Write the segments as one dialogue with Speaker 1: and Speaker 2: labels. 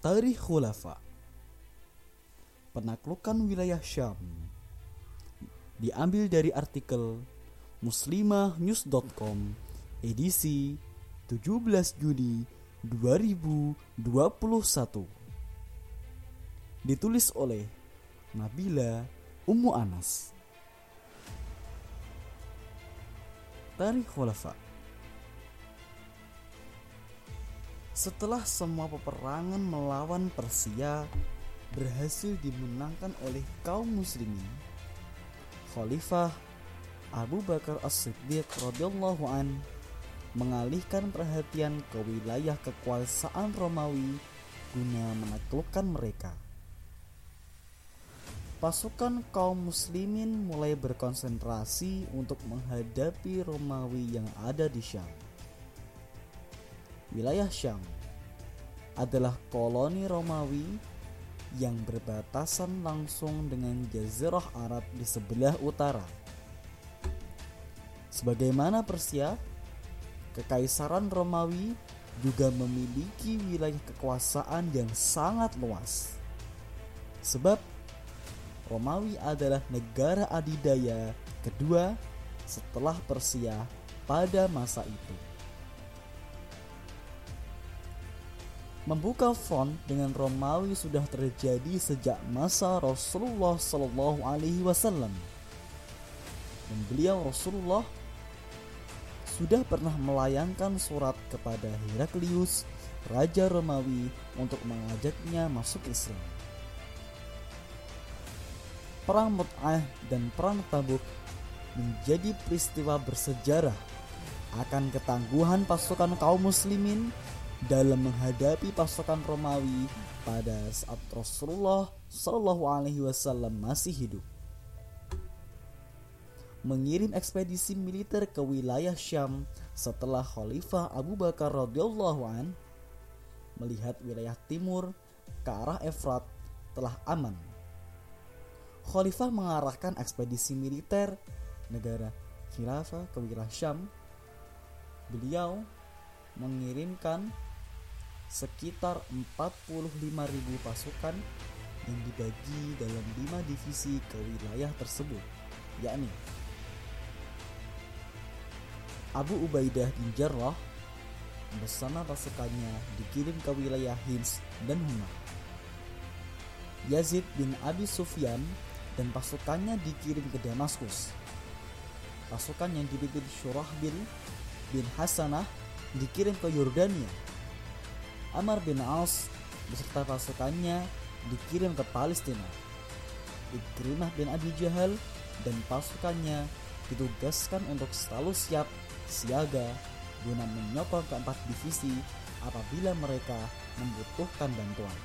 Speaker 1: Tarikh Khulafa. Penaklukan wilayah Syam diambil dari artikel muslimahnews.com edisi 17 Juni 2021. Ditulis oleh Nabila Ummu Anas. Tarikh Khulafa. Setelah semua peperangan melawan Persia berhasil dimenangkan oleh kaum muslimin, Khalifah Abu Bakar As-Siddiq radhiyallahu an mengalihkan perhatian ke wilayah kekuasaan Romawi guna menaklukkan mereka. Pasukan kaum muslimin mulai berkonsentrasi untuk menghadapi Romawi yang ada di Syam. Wilayah Syam adalah koloni Romawi yang berbatasan langsung dengan Jazirah Arab di sebelah utara. Sebagaimana Persia, Kekaisaran Romawi juga memiliki wilayah kekuasaan yang sangat luas. Sebab Romawi adalah negara adidaya kedua setelah Persia pada masa itu. Membuka front dengan Romawi sudah terjadi sejak masa Rasulullah SAW. Dan beliau Rasulullah sudah pernah melayangkan surat kepada Heraklius, Raja Romawi, untuk mengajaknya masuk Islam. Perang Mut'ah dan Perang Tabuk menjadi peristiwa bersejarah akan ketangguhan pasukan kaum muslimin dalam menghadapi pasukan Romawi pada saat Rasulullah SAW masih hidup. Mengirim ekspedisi militer ke wilayah Syam setelah Khalifah Abu Bakar radhiyallahu an melihat wilayah timur ke arah Efrat telah aman. Khalifah mengarahkan ekspedisi militer negara khilafah ke wilayah Syam. Beliau mengirimkan sekitar 45.000 pasukan yang dibagi dalam 5 divisi ke wilayah tersebut, yakni Abu Ubaidah bin Jarrah bersama pasukannya dikirim ke wilayah Hims dan Humah. Yazid bin Abi Sufyan dan pasukannya dikirim ke Damaskus. Pasukan yang dipimpin Syurahbil bin Hasanah dikirim ke Yordania. Amr bin As beserta pasukannya dikirim ke Palestina. Ikrimah bin Abi Jahal dan pasukannya ditugaskan untuk selalu siap siaga guna menyokong keempat divisi apabila mereka membutuhkan bantuan.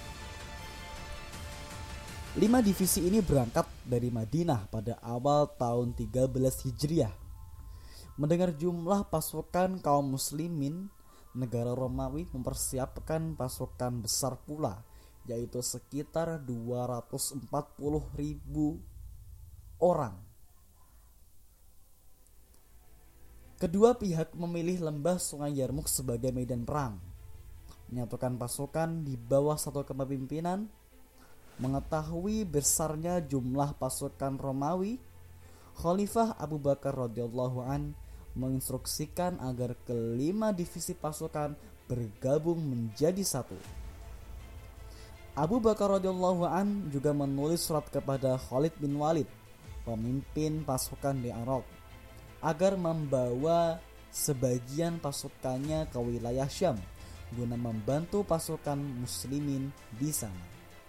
Speaker 1: 5 divisi ini berangkat dari Madinah pada awal tahun 13 Hijriah. Mendengar jumlah pasukan kaum muslimin, negara Romawi mempersiapkan pasukan besar pula, yaitu sekitar 240.000 orang. Kedua pihak memilih lembah Sungai Yarmuk sebagai medan perang. Menyatukan pasukan di bawah satu kepemimpinan. Mengetahui besarnya jumlah pasukan Romawi, Khalifah Abu Bakar radhiyallahu an menginstruksikan agar kelima divisi pasukan bergabung menjadi satu. Abu Bakar radhiyallahu an juga menulis surat kepada Khalid bin Walid, pemimpin pasukan di Arab, agar membawa sebagian pasukannya ke wilayah Syam guna membantu pasukan muslimin di sana.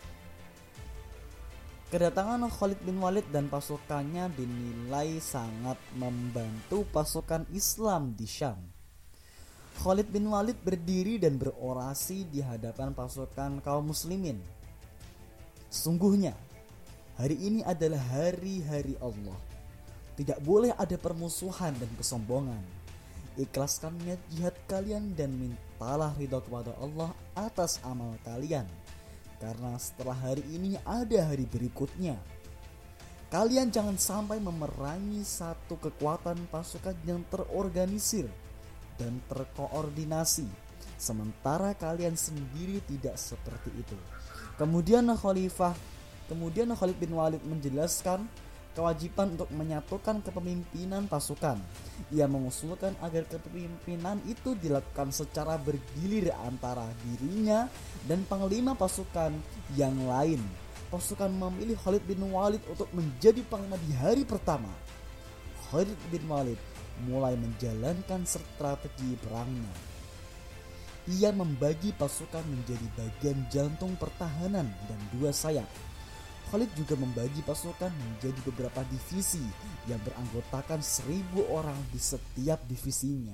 Speaker 1: Kedatangan Khalid bin Walid dan pasukannya dinilai sangat membantu pasukan Islam di Syam. Khalid bin Walid berdiri dan berorasi di hadapan pasukan kaum muslimin. Sungguhnya, hari ini adalah hari-hari Allah. Tidak boleh ada permusuhan dan kesombongan. Ikhlaskan niat jihad kalian dan mintalah ridha kepada Allah atas amal kalian. Karena setelah hari ini ada hari berikutnya. Kalian jangan sampai memerangi satu kekuatan pasukan yang terorganisir dan terkoordinasi sementara kalian sendiri tidak seperti itu. Kemudian Khalid bin Walid menjelaskan kewajiban untuk menyatukan kepemimpinan pasukan. Ia mengusulkan agar kepemimpinan itu dilakukan secara bergilir antara dirinya dan panglima pasukan yang lain. Pasukan memilih Khalid bin Walid untuk menjadi panglima di hari pertama. Khalid bin Walid mulai menjalankan strategi perangnya. Ia membagi pasukan menjadi bagian jantung pertahanan dan 2 sayap. Khalid juga membagi pasukan menjadi beberapa divisi yang beranggotakan 1.000 orang di setiap divisinya.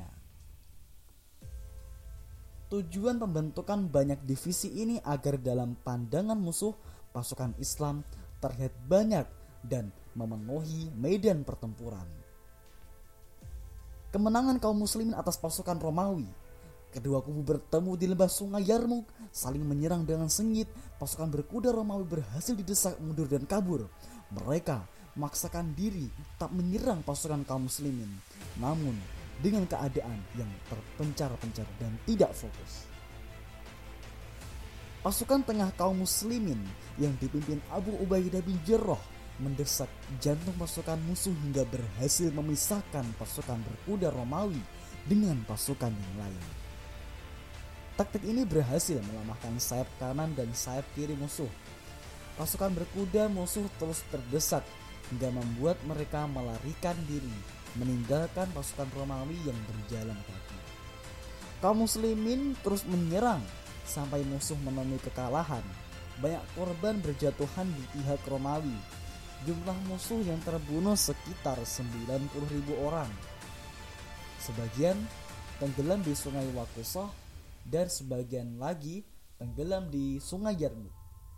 Speaker 1: Tujuan pembentukan banyak divisi ini agar dalam pandangan musuh pasukan Islam terlihat banyak dan memenuhi medan pertempuran. Kemenangan kaum muslimin atas pasukan Romawi. Kedua kubu bertemu di lembah sungai Yarmuk, saling menyerang dengan sengit. Pasukan berkuda Romawi berhasil didesak mundur dan kabur. Mereka memaksakan diri tak menyerang pasukan kaum muslimin, namun dengan keadaan yang terpencar-pencar dan tidak fokus. Pasukan tengah kaum muslimin yang dipimpin Abu Ubaidah bin Jarrah mendesak jantung pasukan musuh hingga berhasil memisahkan pasukan berkuda Romawi dengan pasukan yang lain. Taktik ini berhasil melemahkan sayap kanan dan sayap kiri musuh. Pasukan berkuda musuh terus terdesak hingga membuat mereka melarikan diri, meninggalkan pasukan Romawi yang berjalan kaki. Kaum muslimin terus menyerang sampai musuh menemui kekalahan. Banyak korban berjatuhan di pihak Romawi. Jumlah musuh yang terbunuh sekitar 90.000 orang. Sebagian tenggelam di sungai Wakusah dan sebagian lagi tenggelam di sungai Yarmuk.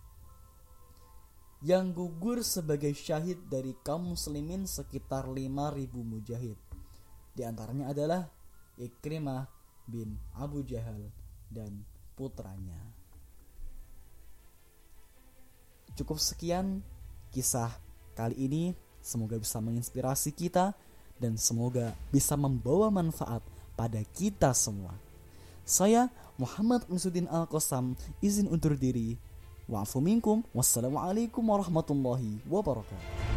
Speaker 1: Yang gugur sebagai syahid dari kaum muslimin sekitar 5.000 mujahid. Di antaranya adalah Ikrimah bin Abu Jahal dan putranya. Cukup sekian kisah kali ini, semoga bisa menginspirasi kita dan semoga bisa membawa manfaat pada kita semua. Saya Muhammad Nisuddin Al-Qasam izin undur diri. Wa'afu minkum. Wassalamualaikum warahmatullahi wabarakatuh.